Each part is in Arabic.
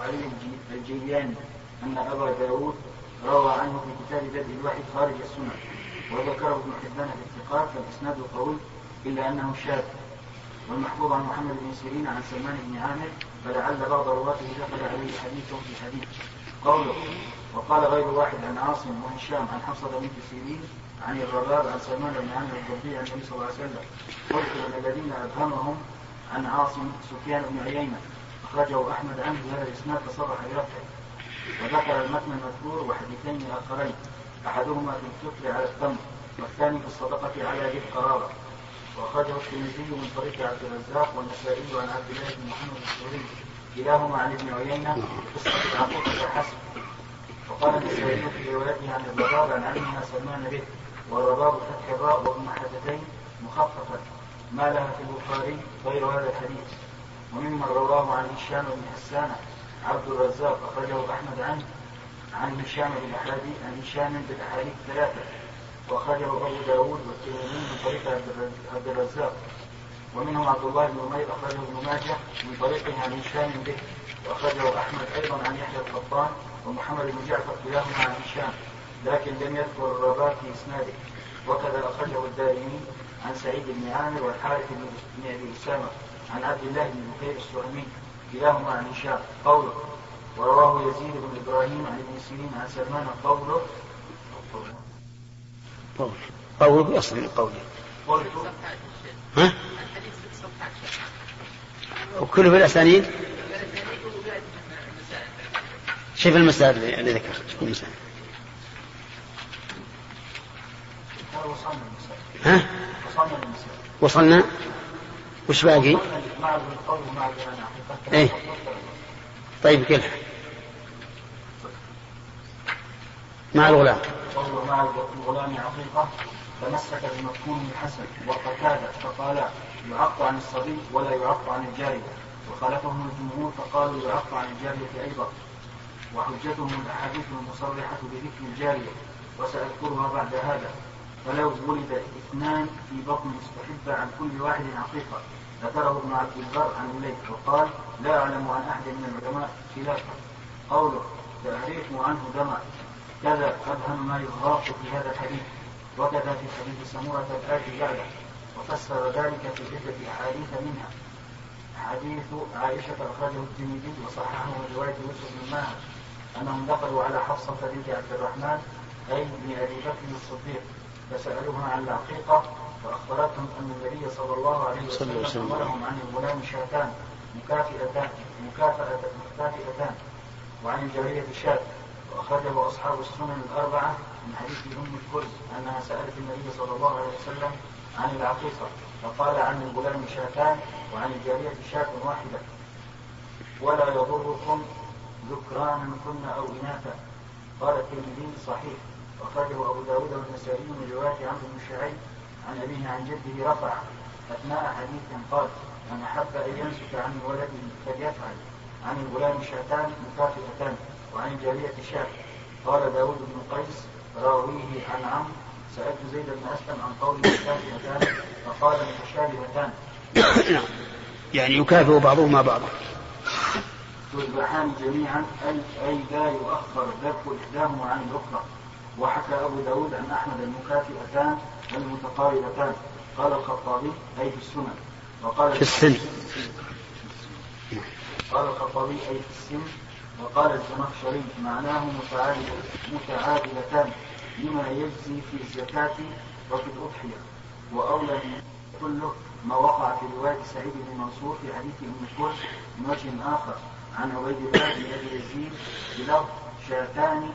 علي الجيلاني أن أبا داود روى عنه في كتاب بدء الوحي خارج السنة، وذكره ابن حبان في الثقات فالإسناد قوي إلا أنه شاذ. والمحفوظ عن محمد بن سيرين عن سلمان بن عامر فلعل بعض رواته دخل عليه حديث في حديث. قوله وقال غير واحد عن عاصم وهشام عن حفصة بنت سيرين عن الرباب عن سلمان بن عامر الضبي عن النبي صلى الله عليه وسلم. قلت من الذين أبهمهم عن عاصم سفيان بن عيينة أخرجه أحمد عنه بهذا الإسناد فصرح برفعه. وذكر المتن المذكور وحديثين آخرين أحدهما في الفطر على التمر والثاني في الصدقة على ذي القرابة. وأخرجه الترمذي من طريق عبد الرزاق والنسائي عن عبد الله بن محمد الزهري كلاهما عن ابن عيينة قصة العقوق حسب. وقال النسائي في روايته عن الرباب عن علمها سلمان به، والرباب فتح الراء وبمحدتين مخففة ما لها في البخاري غير هذا الحديث. وممن رواه عن هشام بن حسان عبد الرزاق أخرجه أحمد عنه عن هشام بالأحاديث ثلاثة، وأخرجه أبو داود والترمذي من طريق عبد الرزاق. ومنهم عبد الله بن عمير أخرجه ابن ماجه من طريقه عن هشام به، وأخرجه أحمد أيضا عن يحيى القطان ومحمد بن جعفر كلاهما عن هشام، لكن لم يذكر الرباط في إسناده. وكذا أخرجه الدارمي عن سعيد بن عامر والحارث بن أبي أسامة عن عبد الله بن بكير السهمي كلاهما عن هشام. قوله ورواه يزيد بن إبراهيم عن ابن سيرين عن سلمان قوله بأصل من قوله وكله بالأسانيد. شوف المسائل اللي ذكر شوف المسائل. وصلنا وش باقي؟ ايه طيب كله مع الغلام. مع الغلام عقيقة تمسك بمفهوم الحسن وقتادة فقال يعق عن الصبي ولا يعق عن الجارية، وخالفهم الجمهور فقالوا يعق عن الجارية أيضا. وحجتهم الأحاديث المصرحة بذكر الجارية وسأذكرها بعد هذا. فلو ولد اثنان في بطن استحب عن كل واحد عقيقة، ذكره ابن عبد البر عن إليه وقال لا أعلم عن أحد من العلماء خلافه. قوله تعريف عنه دمع كذا أبهم ما يضاف في هذا الحديث. وكذا في حديث سمورة الآت جعله، وفسر ذلك في عدة أحاديث منها حديث عائشة أخرجه الترمذي وصححه من رواية يوسف بن ماهر أنهم دخلوا على حفصة بنت عبد الرحمن أي بن أبي بكر الصديق فسألوها عن العقيقة فأخبرتهم أن النبي صلى الله عليه وسلم أمرهم عن الغلام شاتان مكافئتان وعن الجارية شاة. وأخرجه أصحاب السنن الأربعة من حديث أم الكرز أنها سألت النبي صلى الله عليه وسلم عن العقيقة فقال عن الغلام شاتان وعن الجارية شاة واحدة ولا يضركم ذكرانا كن أو إناثا. قال الترمذي صحيح. وأخرجه أبو داود والنسائي من رواية عمرو بن شعيب عن أبيه عن جده رفع أثناء حديث قال من أحب أن يمسك عن ولده فليفعل. عن الغلام شاتان مكافئتان وعن الجارية شاة. قال داود بن قيس راويه عن عمرو سألت زيد بن أسلم عن قوله مكافئتان فقال متشابهتان يعني يكافئ بعضهما بعضا. تذبحان جميعا أي لا يؤخر ذبح إحداهما عن الأخرى. وحكى أبو داود عن أحمد المكافئتان والمتقاربتان. قال الخطابي أي في السنن وقال في السن. قال الخطابي أي في السن. وقال الزمخشري معناه متعادلتان لما يجزي في الزكاة وفي الأضحية. وأولى كله ما وقع في رواية سعيد بن منصور في حديث أم الكرز من وجه آخر عن عبيد الله بن أبي يزيد بلفظ شاتان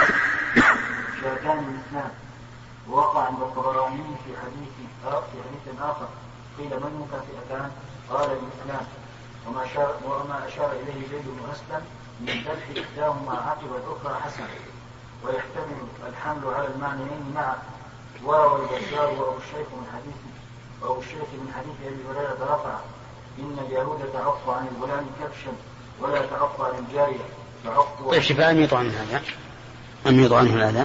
اثنان. ووقع عند الطبراني في حديث آخر قيل من مكافئتان قال الاثنان. وما أشار إليه زيد بن أسلم من ذبح إحداهما عقب الأخرى حسن ويحتمل الحمل على المعنيين معا. وروى البزار وأبو الشيخ من حديث أبي هريرة رفع إن اليهود تعق عن الغلام كبشا ولا تعق عن الجارية تعق. طيب شفاء أميط عنه هذا أميطوا عنه الأذى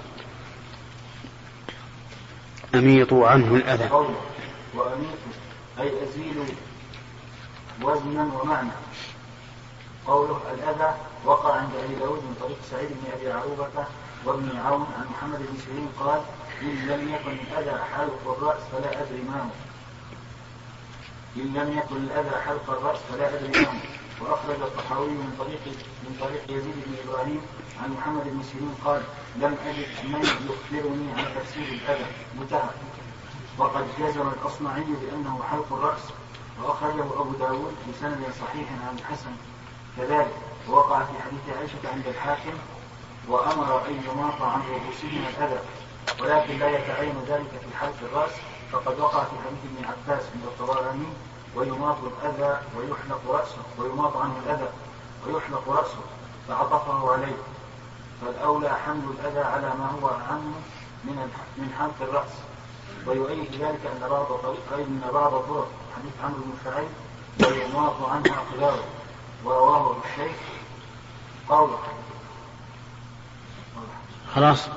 أميطوا عنه الأذى. وأميط أي أزيل وزنا ومعنى. قوله الأذى وقع عند أبي داود من طريق سعيد بن أبي عروبة وابن عون عن محمد بن سيرين قال إن لم يكن الأذى حلق الرأس فلا أدري ما هو. إن لم يكن الأذى حلق الرأس فلا أدري ما هو. وأخرج الطحاوي من طريق يزيد بن إبراهيم عن محمد بن سيرين قال لم أجد من يخبرني عن تفسير الأذى منتهى. وقد جزم الأصمعي بأنه حلق الرأس، وأخرجه أبو داود بسند صحيح عن الحسن كذلك. ووقع في حديث عائشة عند الحاكم وأمر أن يماط عن رؤوسهم الأذى، ولكن لا يتعين ذلك في حلق الرأس، فقد وقع في حديث ابن عباس عند الطبراني ويماط الأذى ويحلق رأسه، ويماط عنه الأذى ويحلق رأسه، فعطفه عليه. فالأولى حمل الأذى على ما هو أعم من حلق الرأس. ويؤيد ذلك أن بعض طرق حديث عمرو بن شعيب ويماط عنها خلاله، ورواه الشيخ قوله. خلاص.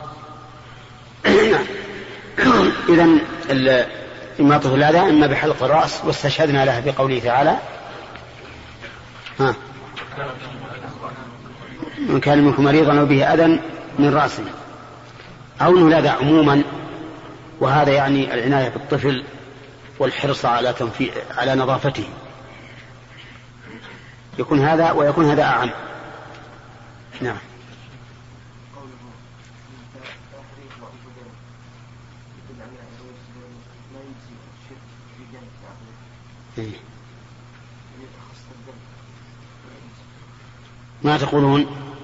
إذن إماطة الأذى إما بحلق الرأس، واستشهدنا لها بقوله تعالى من كان منكم مريضا أو به أذى من رأسه، أو أنه الأذى عموما، وهذا يعني العناية بالطفل والحرص على نظافته، يكون هذا ويكون هذا أعم. نعم. ما تقولون؟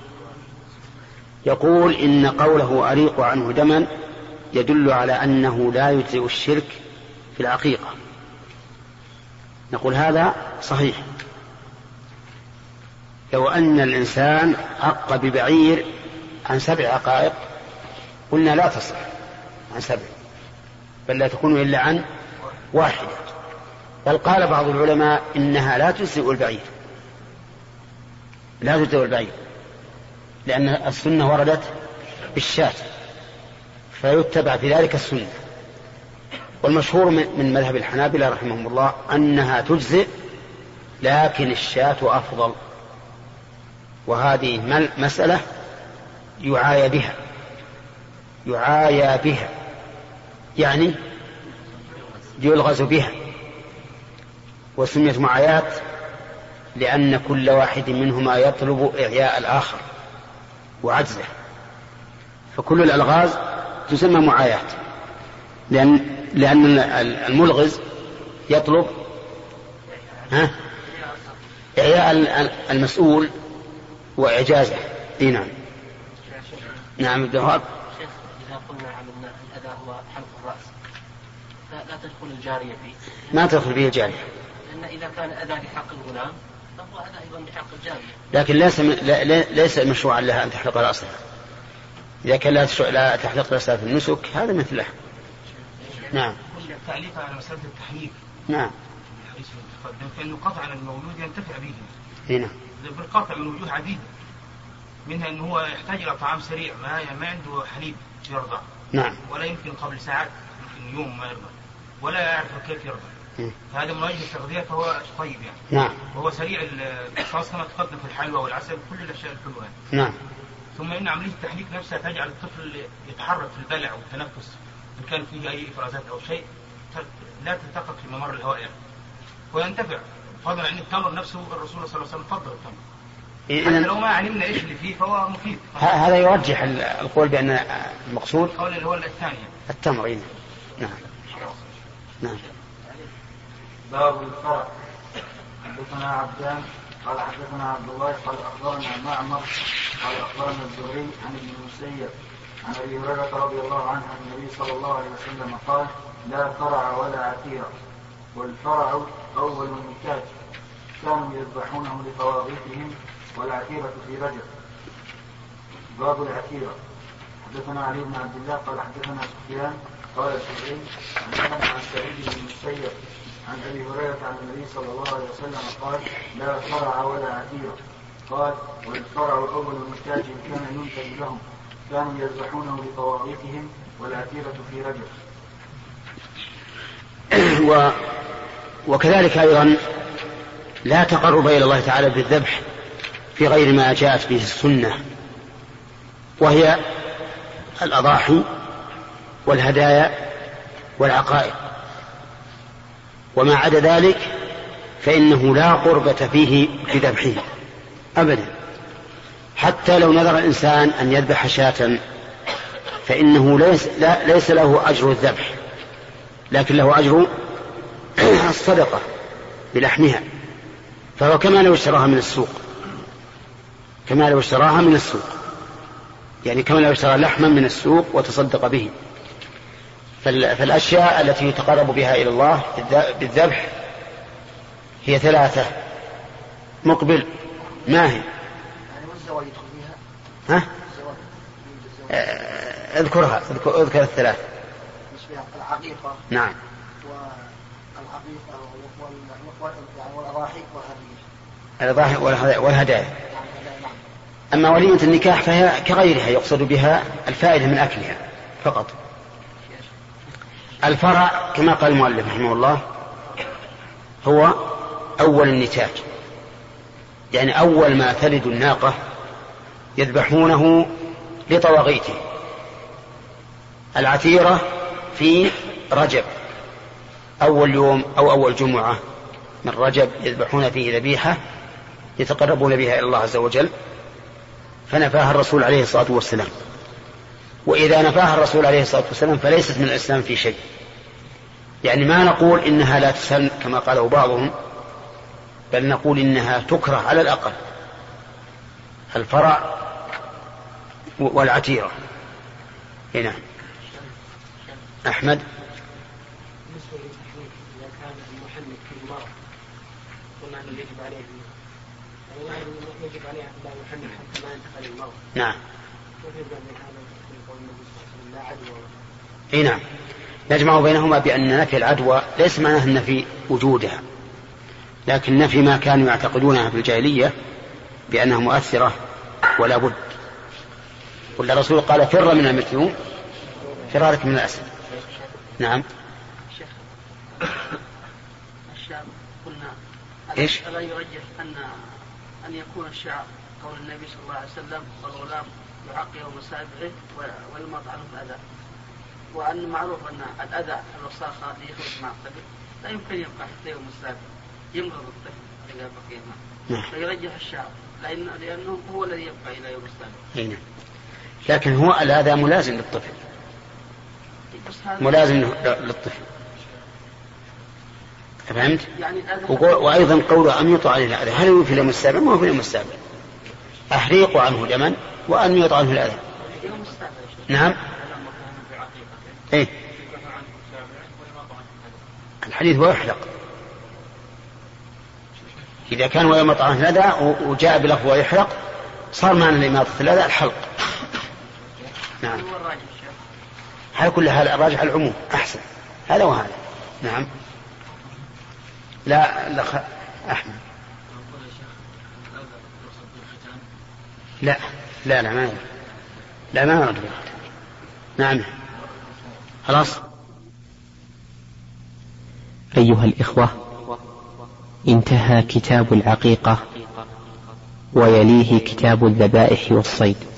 يقول إن قوله أريق عنه دما يدل على أنه لا يجزئ الشرك في العقيقة. نقول هذا صحيح. لو أن الإنسان عق ببعير عن 7 عقائق قلنا لا تصح عن 7، بل لا تكون إلا عن 1. بل قال بعض العلماء إنها لا تجزئ البعير، لا تجزئ البعير، لأن السنة وردت بالشاة، فيتبع في ذلك السنة. والمشهور من مذهب الحنابلة رحمهم الله أنها تجزئ، لكن الشاة أفضل. وهذه مسألة يعايى بها، يعني يلغز بها. وسميت معايات لأن كل واحد منهما يطلب إعياء الآخر وعجزه، فكل الألغاز تسمى معايات، لأن الملغز يطلب إعياء المسؤول وإعجازه. نعم. نعم الدهاب. شيخ إذا قلنا عن الأذى هو حلق الرأس فلا تدخل الجارية فيه؟ ما تدخل فيه الجارية، لأن إذا كان أذى بحق الغلام فهو أذى أيضا بحق الجارية. لكن ليس مشروعا لها أن تحلق رأسها. إذا كان لا تحلق رأسها في النسك هذا مثله. نعم. تعليق على مسألة التحنيك. نعم. الحديث المتقدم فإنه قطع المولود ينتفع به. هنا. بالقطع من وجوه عديدة، منها أنه هو يحتاج إلى طعام سريع، ما عنده حليب يرضع. نعم. ولا يمكن قبل ساعات، يمكن يوم ما يرضع، ولا يعرف كيف يرضع. فهذا من وجه التغذية فهو طيب يعني. نعم. وهو سريع الإحصاص كما تقدم في الحلوى والعسل كل الأشياء الحلوة. نعم. ثم إن عملية التحنيك نفسها تجعل الطفل يتحرك في البلع والتنفس، إن كان فيه أي إفرازات أو شيء لا تلتقط في ممر الهواء يعني. وينتفع. فضلا عن التمر نفسه الرسول صلى الله عليه وسلم فضل التمر. لو ما علمنا إيش اللي فيه فهو مفيد. هذا يرجح القول بأن المقصود القول اللي هو الثاني التمر. نعم. نعم. باب الفرع. حدثنا عبدان قال حدثنا عبد الله قال أخبرنا معمر قال أخبرنا الزهري عن ابن المسيب عن أبي هريرة رضي الله عنه عن النبي صلى الله عليه وسلم قال لا فرع ولا عتيرة، والفرع أول النتاج كانوا يذبحونه لطواغيتهم، والعتيرة في رجب. باب العتيرة. حدثنا علي بن عبد الله قال حدثنا سفيان قال الزهري عن سعيد بن المسيب عن أبي هريرة عن النبي صلى الله عليه وسلم قال لا فرع ولا عتيرة. قال والفرع أول منتاج كان ينتج لهم كانوا يذبحونه لطواغيتهم، والعتيرة في رجب. وكذلك أيضا لا تقرب إلى الله تعالى بالذبح في غير ما جاءت به السنة، وهي الأضاحي والهدايا والعقائد، وما عدا ذلك فإنه لا قربة فيه بذبحه أبدا. حتى لو نذر الإنسان أن يذبح شاة فإنه ليس له أجر الذبح، لكن له أجر الصدقة بلحمها، فهو كما لو اشتراها من السوق، كما لو اشتراها من السوق، يعني كما لو اشترى لحما من السوق وتصدق به. فالأشياء التي يتقرب بها إلى الله بالذبح هي ثلاثة. مقبل ما هي؟ ها؟ اذكرها، اذكر الثلاث. العقيقة. نعم. والعقيقة والأضاحي الأضاحي والهدايا. أما وليمة النكاح فهي كغيرها يقصد بها الفائدة من أكلها فقط. الفرع كما قال المؤلف رحمه الله هو أول النتاج، يعني أول ما تلد الناقة يذبحونه لطواغيته. العتيرة في رجب أول يوم أو أول جمعة من رجب يذبحون فيه ذبيحة يتقربون بها إلى الله عز وجل، فنفاها الرسول عليه الصلاة والسلام. وإذا نفاها الرسول عليه الصلاة والسلام فليست من الإسلام في شيء، يعني ما نقول إنها لا تسن كما قاله بعضهم، بل نقول إنها تكره على الأقل. الفرع والعتيرة. هنا أحمد. بالنسبة للتحنيك إذا كان المحنك في المرض قلنا أنه يجب عليه لا يحنك حتى ما ينتقل المرض. نعم. كيف يبدأ من هذا قول النبي صلى الله عليه وسلم لا عدوى؟ اي نعم، نجمع بينهما بأن نفي العدوى ليس معناه النفي وجودها، لكن نفي ما كانوا يعتقدونها في الجاهلية بأنها مؤثرة ولا بد. قل الرسول قال فر من المثلوم فرارك من الأسد. نعم. الشعب قلنا إيش؟ ألا يرجح أن يكون الشعب قول النبي صلى الله عليه وسلم والغلام يعق يوم سابعه ويمط عنه الأذى، وأن معروف أن الأذى الوساخة اللي يخرج مع الطفل لا يمكن يبقى حتى يوم السابع، يمرض الطفل إذا بقي معه، فيرجح الشعب لأنه هو الذي يبقى إلى يوم السابع. هنا. لكن هو الأذى ملازم للطفل، ملازم للطفل، فهمت؟ يعني وأيضا قوله أن يطع عليه الأذى، هل هو في اليوم السابع؟ ما هو في اليوم السابع، أحريق عنه دما وأن يطع عنه الأذى. نعم. إيه؟ الحديث هو يحلق، إذا كان ويمط عنه الأذى وجاء بلفظ ويحلق صار معنى لإماطة الأذى الحلق. نعم. على كل حال الراجح العموم أحسن، هذا وهذا. نعم. لا أحمد. لا ما يرد. نعم. خلاص. أيها الإخوة، انتهى كتاب العقيقة ويليه كتاب الذبائح والصيد.